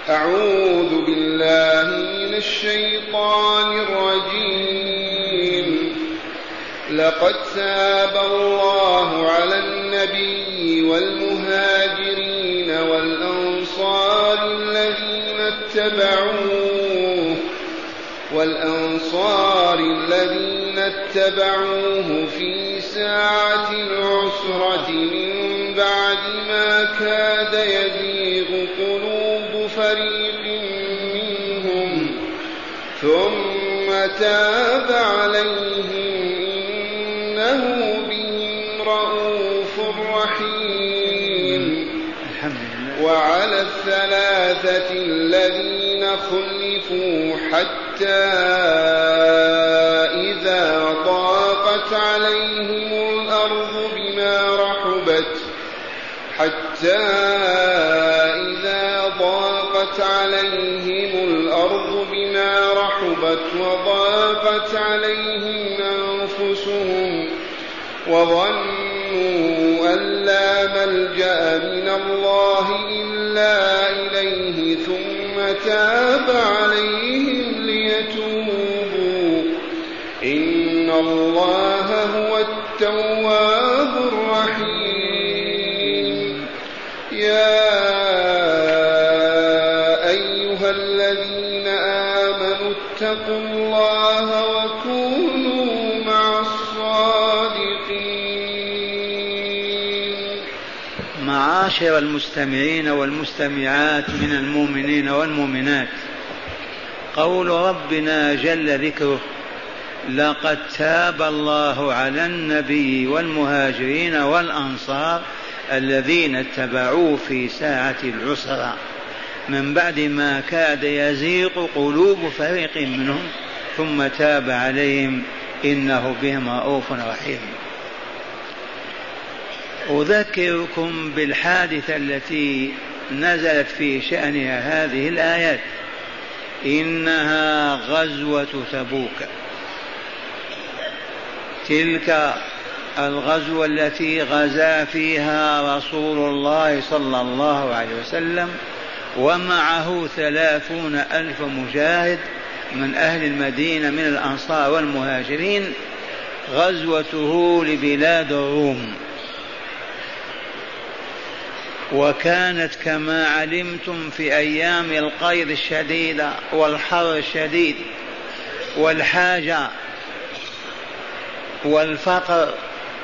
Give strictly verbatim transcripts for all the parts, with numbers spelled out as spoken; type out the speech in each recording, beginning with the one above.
أعوذ بالله من الشيطان الرجيم. لقد تاب الله على النبي والمهاجرين والأنصار الذين اتبعوه والأنصار الذين اتبعوه في ساعة العسرة من بعد ما كاد يزيغ قلوب فريق منهم ثم تاب عليهم إنه بهم رءوف رحيم. وعلى الثلاثة الذين خلفوا حتى إذا ضاقت عليهم الأرض بما رحبت حتى إذا ضاقت عليهم الأرض بما رحبت وضاقت عليهم أنفسهم وظنوا أن لا ملجأ من الله إلا إليه ثم تاب عليهم ليتوبوا إن الله هو التواب الرحيم. يا أيها الذين آمنوا اتقوا الله وكونوا مع الصادقين. معاشر المستمعين والمستمعات من المؤمنين والمؤمنات، قول ربنا جل ذكره: لقد تاب الله على النبي والمهاجرين والأنصار الذين اتبعوه في ساعة العسرة من بعد ما كاد يزيغ قلوب فريق منهم ثم تاب عليهم إنه بهم رءوف رحيم. أذكركم بالحادثة التي نزلت في شأنها هذه الآيات، إنها غزوة تبوك، تلك الغزوة التي غزا فيها رسول الله صلى الله عليه وسلم ومعه ثلاثون ألف مجاهد من أهل المدينة من الأنصار والمهاجرين، غزوته لبلاد الروم. وكانت كما علمتم في أيام القيض الشديدة والحر الشديد والحاجة والفقر،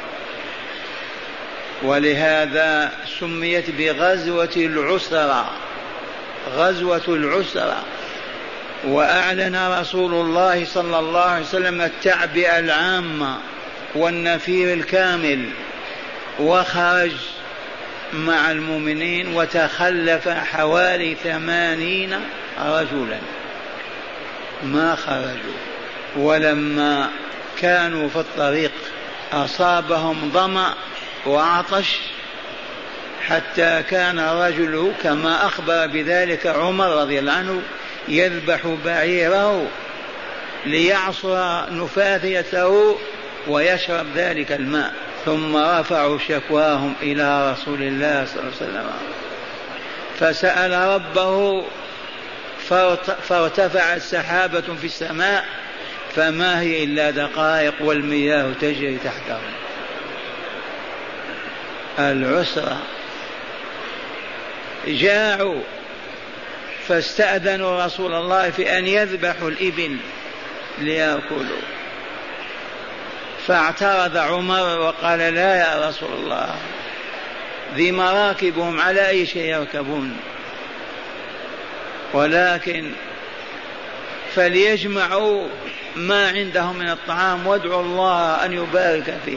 ولهذا سميت بغزوة العسرة، غزوة العسرة. وأعلن رسول الله صلى الله عليه وسلم التعبئة العامة والنفير الكامل، وخرج مع المؤمنين وتخلف حوالي ثمانين رجلا ما خرجوا. ولما كانوا في الطريق أصابهم ظمأ وعطش، حتى كان رجل كما أخبر بذلك عمر رضي الله عنه يذبح بعيره ليعصر نفاذيته ويشرب ذلك الماء، ثم رفعوا شكواهم إلى رسول الله صلى الله عليه وسلم، فسأل ربه فارتفعت سحابة في السماء فما هي إلا دقائق والمياه تجري تحتهم. العسرة. جاعوا فاستأذنوا رسول الله في أن يذبحوا الإبل ليأكلوا، فاعترض عمر وقال: لا يا رسول الله، ذي مراكبهم على أي شيء يركبون، ولكن فليجمعوا ما عندهم من الطعام وادعوا الله أن يبارك فيه.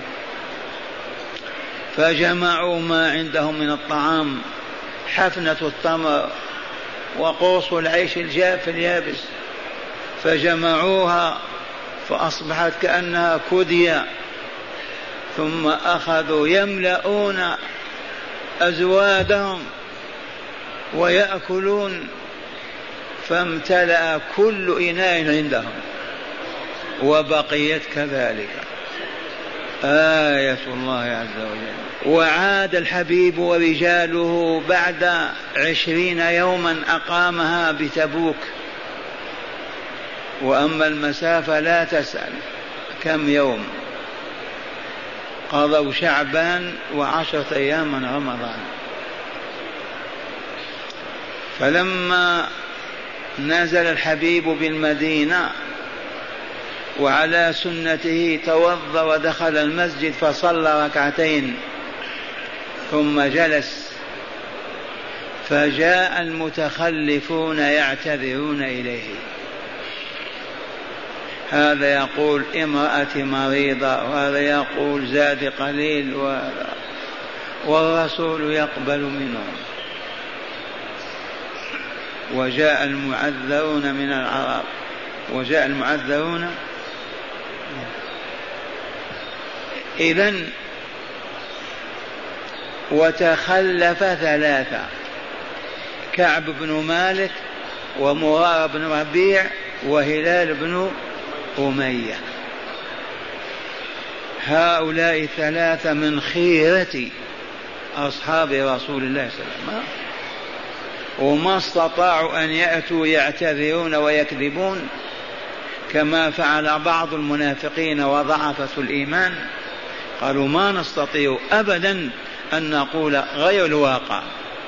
فجمعوا ما عندهم من الطعام، حفنة التمر وقوس العيش الجاف اليابس، فجمعوها فأصبحت كأنها كدية، ثم أخذوا يملؤون أزوادهم ويأكلون، فامتلأ كل إناء عندهم وبقيت كذلك. آية الله عز وجل. وعاد الحبيب ورجاله بعد عشرين يوما أقامها بتبوك. وأما المسافة لا تسأل كم يوم، قضوا شعبان وعشرة أيام من رمضان. فلما نزل الحبيب بالمدينة وعلى سنته توضأ ودخل المسجد فصلى ركعتين ثم جلس، فجاء المتخلفون يعتذرون إليه، هذا يقول امرأتي مريضة وهذا يقول زاد قليل، والرسول يقبل منهم. وجاء المعذرون من العرب، وجاء المعذرون. إذن وتخلف ثلاثة: كعب بن مالك ومرارة بن ربيع وهلال بن أمية. هؤلاء الثلاثة من خيرة أصحاب رسول الله صلى الله عليه وسلم، وما استطاعوا أن يأتوا يعتذرون ويكذبون كما فعل بعض المنافقين وضعفة الإيمان. قالوا ما نستطيع أبدا أن نقول غير الواقع،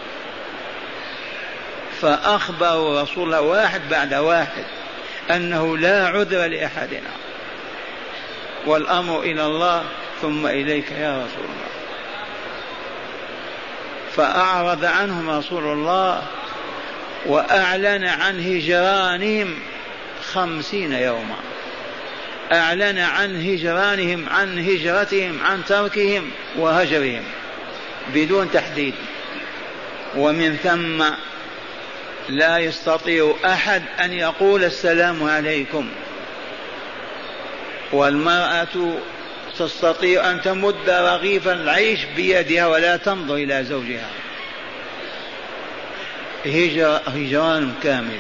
فأخبروا رسول الله واحد بعد واحد أنه لا عذر لأحدنا، والأمر إلى الله ثم إليك يا رسول الله. فأعرض عنهم رسول الله وأعلن عن هجرانهم خمسين يوما، أعلن عن هجرانهم، عن هجرتهم، عن تركهم وهجرهم بدون تحديد. ومن ثم لا يستطيع أحد أن يقول السلام عليكم، والمرأة تستطيع أن تمد رغيف العيش بيدها ولا تنظر إلى زوجها. هجر هجران كامل.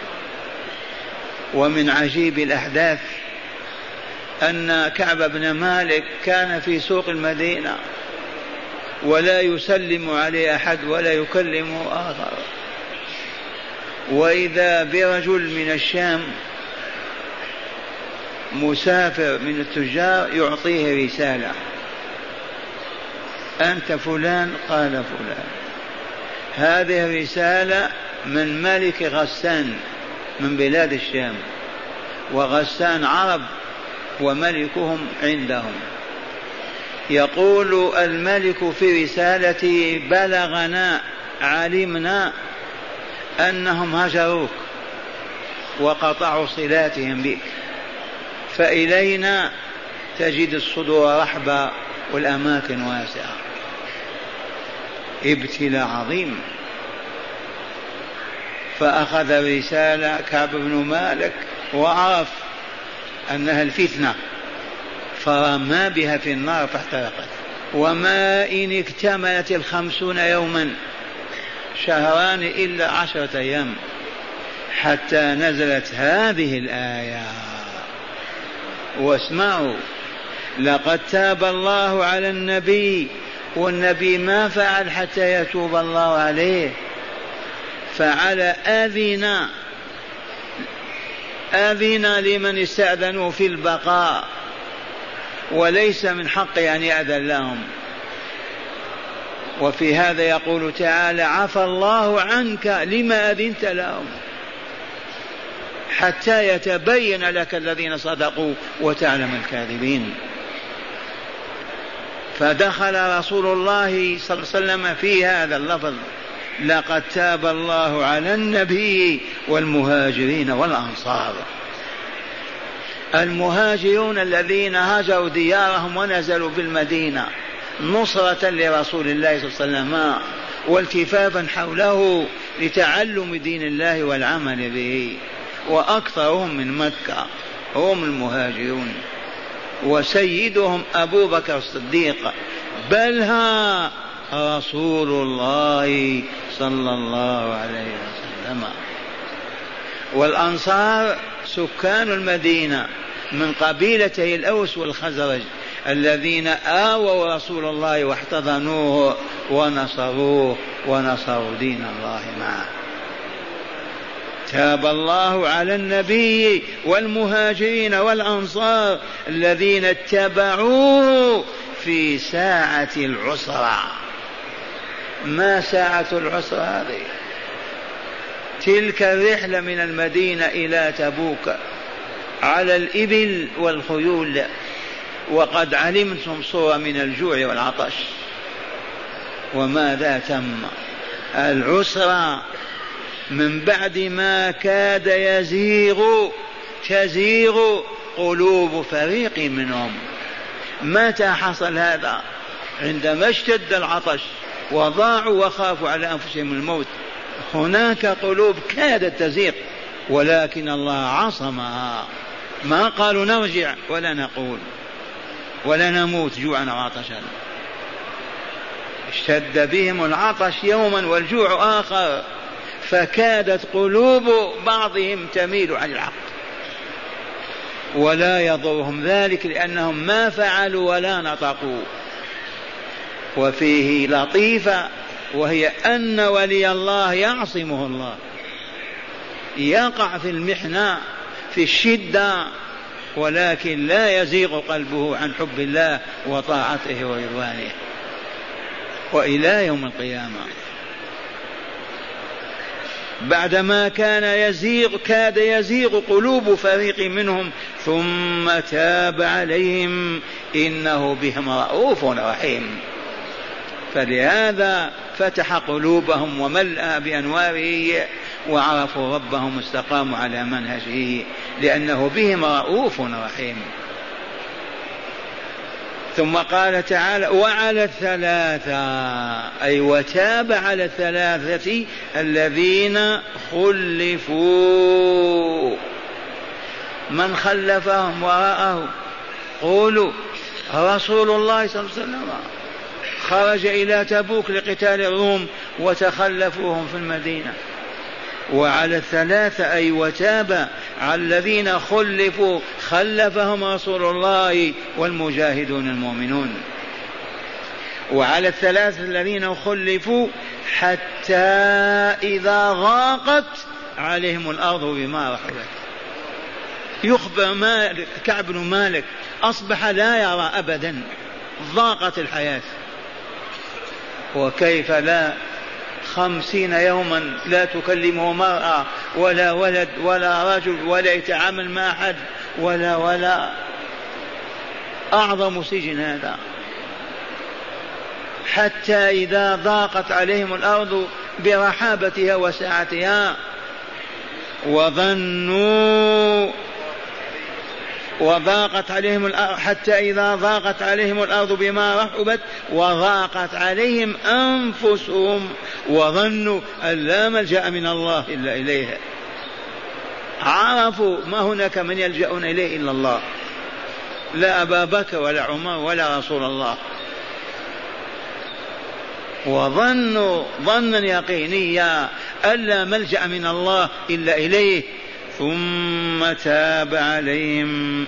ومن عجيب الأحداث أن كعب بن مالك كان في سوق المدينة ولا يسلم عليه أحد ولا يكلم آخر، وإذا برجل من الشام مسافر من التجار يعطيه رسالة: أنت فلان؟ قال فلان. هذه الرسالة من ملك غسان من بلاد الشام، وغسان عرب وملكهم عندهم. يقول الملك في رسالته: بلغنا، علمنا أنهم هجروك وقطعوا صلاتهم بك، فإلينا تجد الصدور رحبة والأماكن واسعة. ابتلاء عظيم. فأخذ الرسالة كعب بن مالك وعرف أنها الفتنة، فرمى بها في النار فاحترقت. وما إن اكتملت الخمسون يوما، شهران إلا عشرة أيام، حتى نزلت هذه الآية. واسمعوا: لقد تاب الله على النبي، والنبي ما فعل حتى يتوب الله عليه، فعل أذن أذن لمن استأذنوا في البقاء، وليس من حق أن يأذن لهم. وفي هذا يقول تعالى: عفى الله عنك لما أذنت لهم حتى يتبين لك الذين صدقوا وتعلم الكاذبين. فدخل رسول الله صلى الله عليه وسلم في هذا اللفظ: لقد تاب الله على النبي والمهاجرين والأنصار. المهاجرون الذين هاجروا ديارهم ونزلوا بالمدينة نصرة لرسول الله صلى الله عليه وسلم والتفافا حوله لتعلم دين الله والعمل به، وأكثرهم من مكة هم المهاجرون، وسيدهم أبو بكر الصديق، بل ها رسول الله صلى الله عليه وسلم. والأنصار سكان المدينة من قبيلتي الأوس والخزرج الذين آووا رسول الله واحتضنوه ونصروه ونصروا دين الله معه. تاب الله على النبي والمهاجرين والأنصار الذين اتبعوه في ساعة العسرة. ما ساعة العسرة هذه؟ تلك الرحلة من المدينة إلى تبوك على الإبل والخيول، وقد علمتم صورة من الجوع والعطش، وماذا تم؟ العسرة من بعد ما كاد يزيغ تزيغ قلوب فريق منهم. متى حصل هذا؟ عندما اشتد العطش وضاعوا وخافوا على أنفسهم الموت. هناك قلوب كادت تزيغ ولكن الله عصمها، ما قالوا نرجع ولا نقول ولا نموت جوعا وعطشا. اشتد بهم العطش يوما والجوع آخر، فكادت قلوب بعضهم تميل عن الحق، ولا يضرهم ذلك لأنهم ما فعلوا ولا نطقوا. وفيه لطيفة، وهي أن ولي الله يعصمه الله، يقع في المحنة في الشدة ولكن لا يزيغ قلبه عن حب الله وطاعته ورضوانه وإلى يوم القيامة. بعدما كان يزيغ كاد يزيغ قلوب فريق منهم ثم تاب عليهم إنه بهم رؤوف رحيم. فلهذا فتح قلوبهم وملأ بأنواره وعرفوا ربهم واستقاموا على منهجه لأنه بهم رؤوف رحيم. ثم قال تعالى وعلى الثلاثة، أي وتاب على الثلاثة الذين خلفوا. من خلفهم وراءه؟ قولوا رسول الله صلى الله عليه وسلم خرج إلى تبوك لقتال الروم وتخلفوهم في المدينة. وعلى الثلاثة أي وتاب على الذين خلفوا، خلفهم رسول الله والمجاهدون المؤمنون. وعلى الثلاثة الذين خلفوا حتى إذا ضاقت عليهم الأرض بما رحبت. يخبر مالك كعب بن مالك أصبح لا يرى أبدا، ضاقت الحياة. وكيف لا؟ خمسين يوما لا تكلمه مرأة ولا ولد ولا رجل ولا يتعامل مع أحد ولا ولا أعظم سجن هذا. حتى إذا ضاقت عليهم الأرض برحابتها وسعتها وظنوا وضاقت عليهم الأرض حتى إذا ضاقت عليهم الأرض بما رحبت وضاقت عليهم أنفسهم وظنوا أن لا ملجأ من الله إلا إليه. عرفوا ما هناك من يلجأون إليه إلا الله، لا أبا بكر ولا عمر ولا رسول الله. وظنوا ظنا يقينيا أن لا ملجأ من الله إلا إليه. ثم تاب عليهم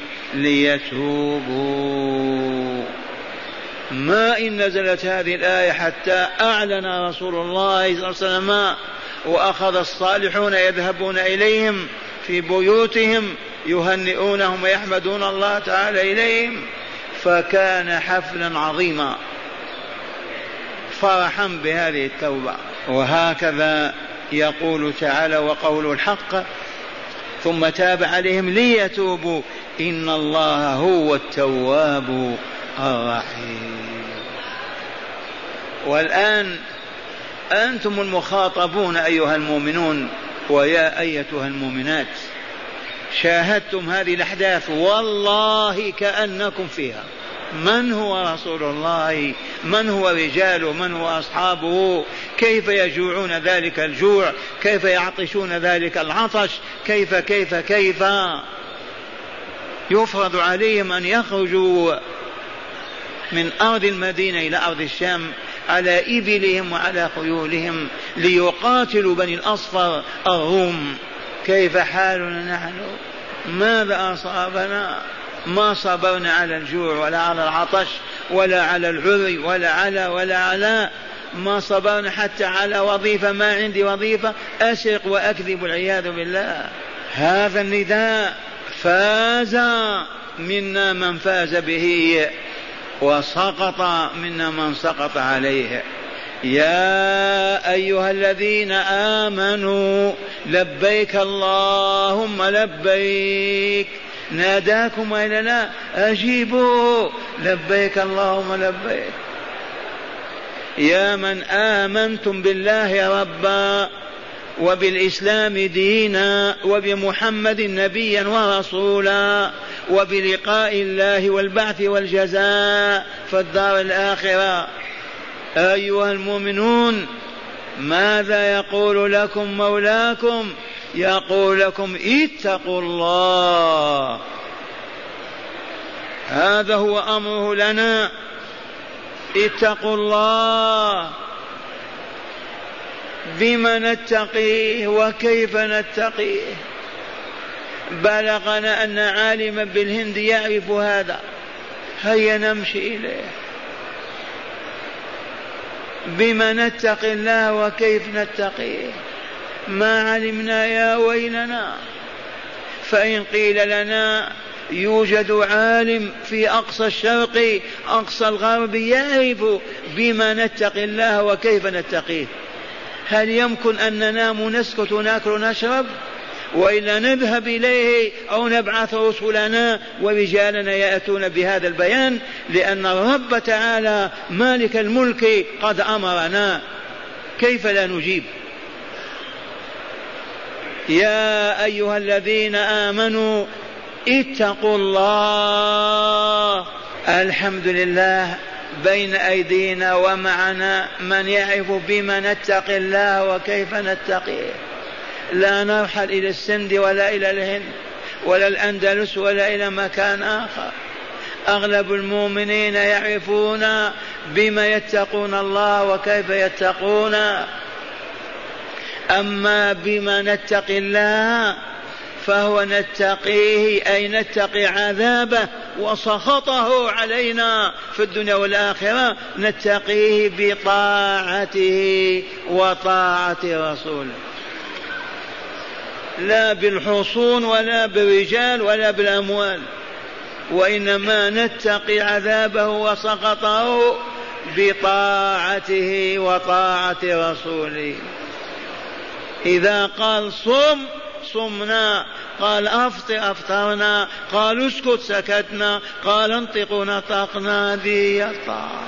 ليتوبوا. ما إن نزلت هذه الآية حتى أعلن رسول الله صلى الله عليه وسلم وأخذ الصالحون يذهبون إليهم في بيوتهم يهنئونهم ويحمدون الله تعالى إليهم، فكان حفلا عظيما فرحا بهذه التوبة. وهكذا يقول تعالى وقول الحق ثم تاب عليهم ليتوبوا إن الله هو التواب الرحيم. والآن أنتم المخاطبون أيها المؤمنون ويا أيتها المؤمنات، شاهدتم هذه الأحداث والله كأنكم فيها. من هو رسول الله؟ من هو رجاله؟ من هو أصحابه؟ كيف يجوعون ذلك الجوع؟ كيف يعطشون ذلك العطش؟ كيف كيف كيف يفرض عليهم أن يخرجوا من أرض المدينة إلى أرض الشام على إبلهم وعلى خيولهم ليقاتلوا بني الأصفر الروم. كيف حالنا نحن؟ ماذا أصابنا؟ ما صبرنا على الجوع ولا على العطش ولا على العري ولا على ولا على ما صبرنا حتى على وظيفة، ما عندي وظيفة أسرق وأكذب والعياذ بالله. هذا النداء فاز منا من فاز به وسقط منا من سقط عليه. يا أيها الذين آمنوا لبيك اللهم لبيك، ناداكم وإلا لا؟ أجيبوا لبيك اللهم لبيك. يا من آمنتم بالله ربا وبالإسلام دينا وبمحمد نبيا ورسولا وبلقاء الله والبعث والجزاء في الدار الآخرة، أيها المؤمنون ماذا يقول لكم مولاكم؟ يقول لكم اتقوا الله. هذا هو أمره لنا، اتقوا الله. بما نتقيه وكيف نتقيه؟ بلغنا أن عالما بالهند يعرف هذا، هيا نمشي إليه. بما نتقي الله وكيف نتقيه؟ ما علمنا يا ويلنا. فإن قيل لنا يوجد عالم في أقصى الشرق أقصى الغرب يعرف بما نتقي الله وكيف نتقيه، هل يمكن أن ننام نسكت ناكل نشرب؟ وإلا نذهب إليه أو نبعث رسلنا ورجالنا يأتون بهذا البيان، لأن الرب تعالى مالك الملك قد أمرنا، كيف لا نجيب؟ يا أيها الذين آمنوا اتقوا الله. الحمد لله بين أيدينا ومعنا من يعرف بما نتقي الله وكيف نتقيه. لا نرحل إلى السند ولا إلى الهند ولا الأندلس ولا إلى مكان آخر. أغلب المؤمنين يعرفون بما يتقون الله وكيف يتقون. أما بما نتقي الله فهو نتقيه أي نتقي عذابه وسخطه علينا في الدنيا والآخرة، نتقيه بطاعته وطاعة رسوله، لا بالحصون ولا بالرجال ولا بالأموال، وإنما نتقي عذابه وسخطه بطاعته وطاعة رسوله. إذا قال صم صمنا، قال أفطر أفطرنا، قال اسكت سكتنا، قال انطقوا نطقنا. هذه الطاعة،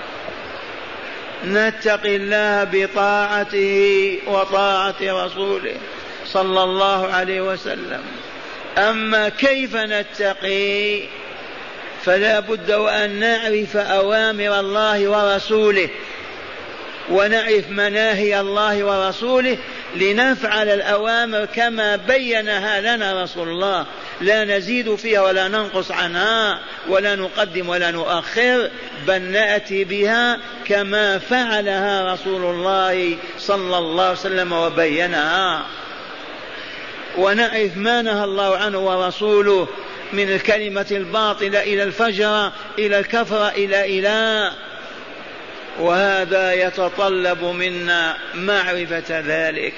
نتقي الله بطاعته وطاعة رسوله صلى الله عليه وسلم. أما كيف نتقي؟ فلا بد وأن نعرف أوامر الله ورسوله ونعرف مناهي الله ورسوله لنفعل الأوامر كما بينها لنا رسول الله، لا نزيد فيها ولا ننقص عنها ولا نقدم ولا نؤخر، بل نأتي بها كما فعلها رسول الله صلى الله عليه وسلم وبينها. ونعرف ما نهى الله عنه ورسوله من الكلمة الباطلة إلى الفجر إلى الكفر إلى إلى وهذا يتطلب منا معرفة ذلك.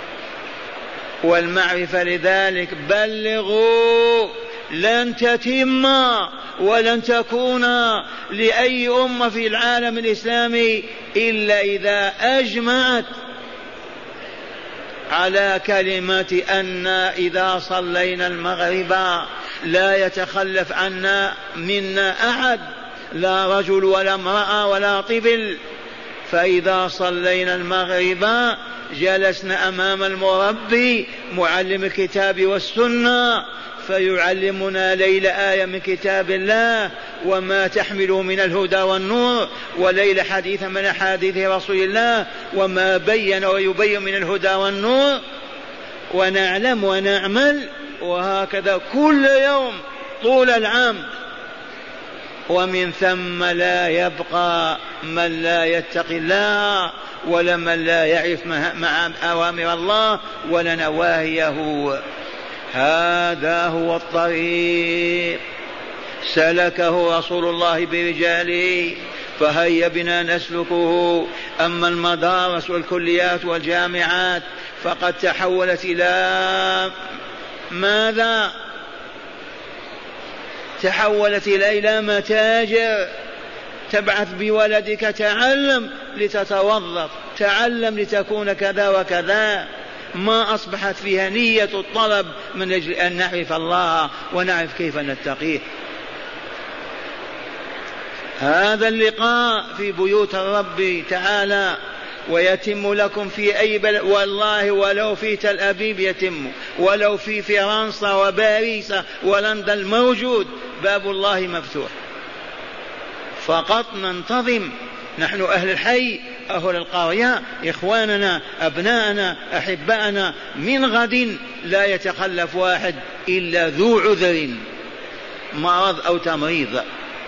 والمعرفة لذلك بلغوا لن تتم ولن تكون لأي أمة في العالم الإسلامي إلا إذا أجمعت على كلمة أن إذا صلينا المغرب لا يتخلف عنا منا أحد، لا رجل ولا امرأة ولا طفل. فإذا صلينا المغرب جلسنا أمام المربي معلم الكتاب والسنة فيعلمنا ليلة آية من كتاب الله وما تحمله من الهدى والنور، وليلة حديث من أحاديث رسول الله وما بين ويبين من الهدى والنور، ونعلم ونعمل، وهكذا كل يوم طول العام. ومن ثم لا يبقى من لا يتقي الله ولا من لا يعرف مع أوامر الله ولا نواهيه. هذا هو الطريق. سلكه رسول الله برجاله، فهيا بنا نسلكه. أما المدارس والكليات والجامعات فقد تحولت إلى ماذا؟ تحولت إلى متاجر. تبعث بولدك تعلم لتتوظف، تعلم لتكون كذا وكذا، ما أصبحت فيها نية الطلب من أجل أن نعرف الله ونعرف كيف نتقيه. هذا اللقاء في بيوت الرب تعالى، ويتم لكم في أي بلد، والله ولو في تل أبيب يتم، ولو في فرنسا وباريس ولندن موجود، باب الله مفتوح. فقط ننتظم نحن أهل الحي، أهل القرية، إخواننا، أبناءنا، أحباءنا، من غد لا يتخلف واحد إلا ذو عذر، مرض أو تمريض.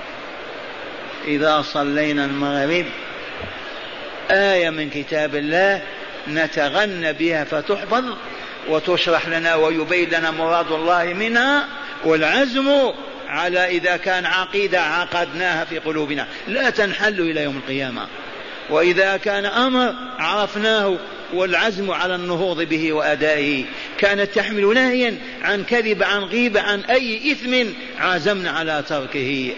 إذا صلينا المغرب آية من كتاب الله نتغنى بها فتحفظ وتشرح لنا ويبين لنا مراد الله منها، والعزم على إذا كان عقيدة عقدناها في قلوبنا لا تنحل إلى يوم القيامة، وإذا كان أمر عرفناه والعزم على النهوض به وأدائه. كانت تحمل نهيا عن كذب، عن غيبة، عن أي إثم عزمنا على تركه.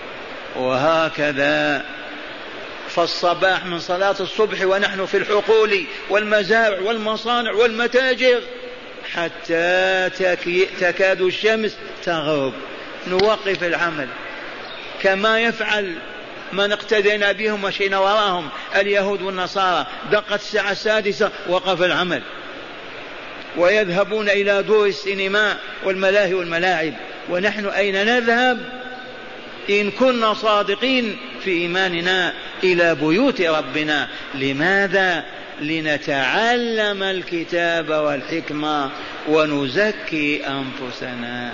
وهكذا فالصباح من صلاة الصبح ونحن في الحقول والمزارع والمصانع والمتاجر حتى تكاد الشمس تغرب نوقف العمل، كما يفعل من اقتدينا بهم وشينا وراهم اليهود والنصارى. دقت الساعة السادسة وقف العمل، ويذهبون إلى دور السينما والملاهي والملاعب، ونحن أين نذهب إن كنا صادقين في إيماننا؟ إلى بيوت ربنا. لماذا؟ لنتعلم الكتاب والحكمة ونزكي أنفسنا.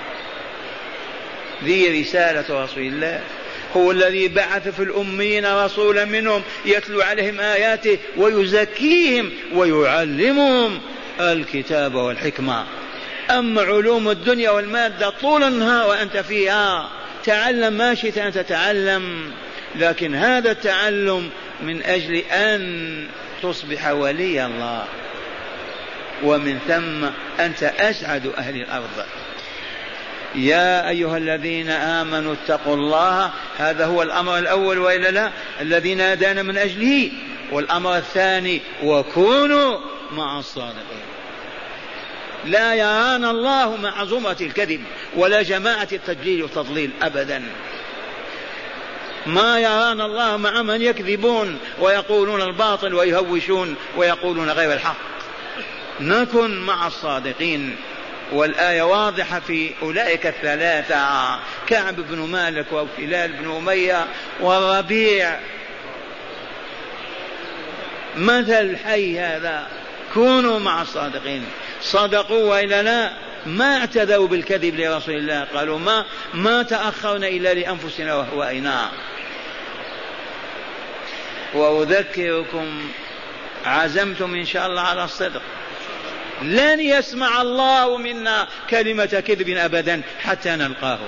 ذي رسالة رسول الله، هو الذي بعث في الأمين رسولا منهم يتلو عليهم آياته ويزكيهم ويعلمهم الكتاب والحكمة. أما علوم الدنيا والمادة طول النهار وأنت فيها تعلم ما شئت أن تتعلم، لكن هذا التعلم من أجل أن تصبح ولي الله، ومن ثم أنت أسعد أهل الأرض. يا أيها الذين آمنوا اتقوا الله، هذا هو الأمر الأول وإلا لا الذي نادانا من أجله. والأمر الثاني وكونوا مع الصادقين. لا يرانا الله مع زمرة الكذب ولا جماعة التجليل والتضليل أبدا. ما يرانا الله مع من يكذبون ويقولون الباطل ويهوشون ويقولون غير الحق. نكن مع الصادقين. والآية واضحة في أولئك الثلاثة، كعب بن مالك وهلال بن أمية والربيع، مثل حي هذا. كونوا مع الصادقين. صدقوا وإلا لا؟ ما اعتذروا بالكذب لرسول الله، قالوا ما ما تأخرنا إلا لأنفسنا وأهوائنا. وأذكركم عزمتم إن شاء الله على الصدق، لن يسمع الله منا كلمة كذب أبدا حتى نلقاه.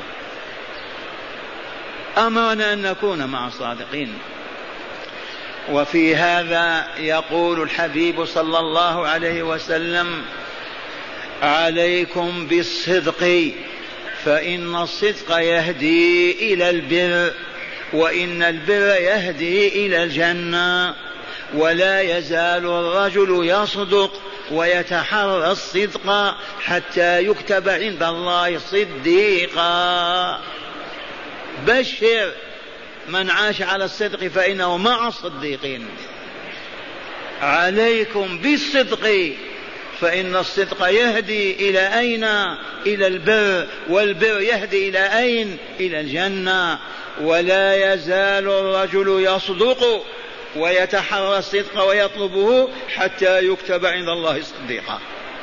أمرنا أن نكون مع الصادقين. وفي هذا يقول الحبيب صلى الله عليه وسلم: عليكم بالصدق فإن الصدق يهدي إلى البر، وإن البر يهدي إلى الجنة. ولا يزال الرجل يصدق ويتحرى الصدق حتى يكتب عند الله صديقا. بشر من عاش على الصدق فإنه مع الصديقين. عليكم بالصدق فإن الصدق يهدي إلى أين؟ إلى البر، والبر يهدي إلى أين؟ إلى الجنة. ولا يزال الرجل يصدق ويتحرى الصدق ويطلبه حتى يكتب عند الله صديقا.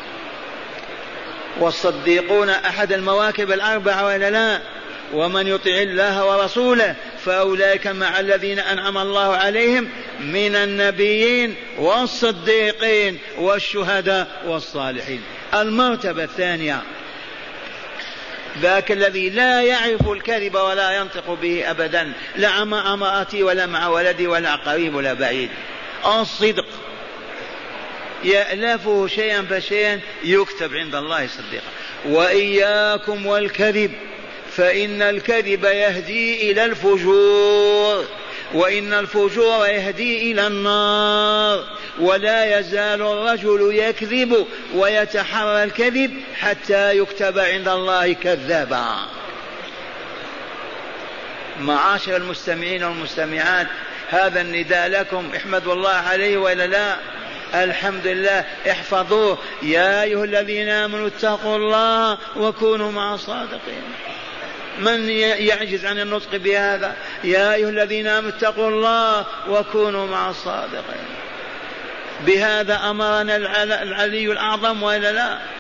والصديقون أحد المواكب الأربعة ولا لا؟ ومن يطع الله ورسوله فأولئك مع الذين أنعم الله عليهم من النبيين والصديقين والشهداء والصالحين. المرتبة الثانية ذاك الذي لا يعرف الكذب ولا ينطق به أبدا، لا مع امرأتي ولا مع ولدي ولا قريب ولا بعيد. الصدق يألفه شيئا فشيئا يكتب عند الله صديقا. وإياكم والكذب فإن الكذب يهدي إلى الفجور، وإن الفجور يهدي إلى النار، ولا يزال الرجل يكذب ويتحرى الكذب حتى يكتب عند الله كذابا. معاشر المستمعين والمستمعات، هذا النداء لكم احمدوا الله عليه ولا لا؟ الحمد لله، احفظوه. يا أيها الذين آمنوا اتقوا الله وكونوا مع الصادقين. من يعجز عن النطق بهذا؟ يا أيها الذين آمنوا اتقوا الله وكونوا مع الصادقين. بهذا أمرنا العلي الأعظم ولا لا؟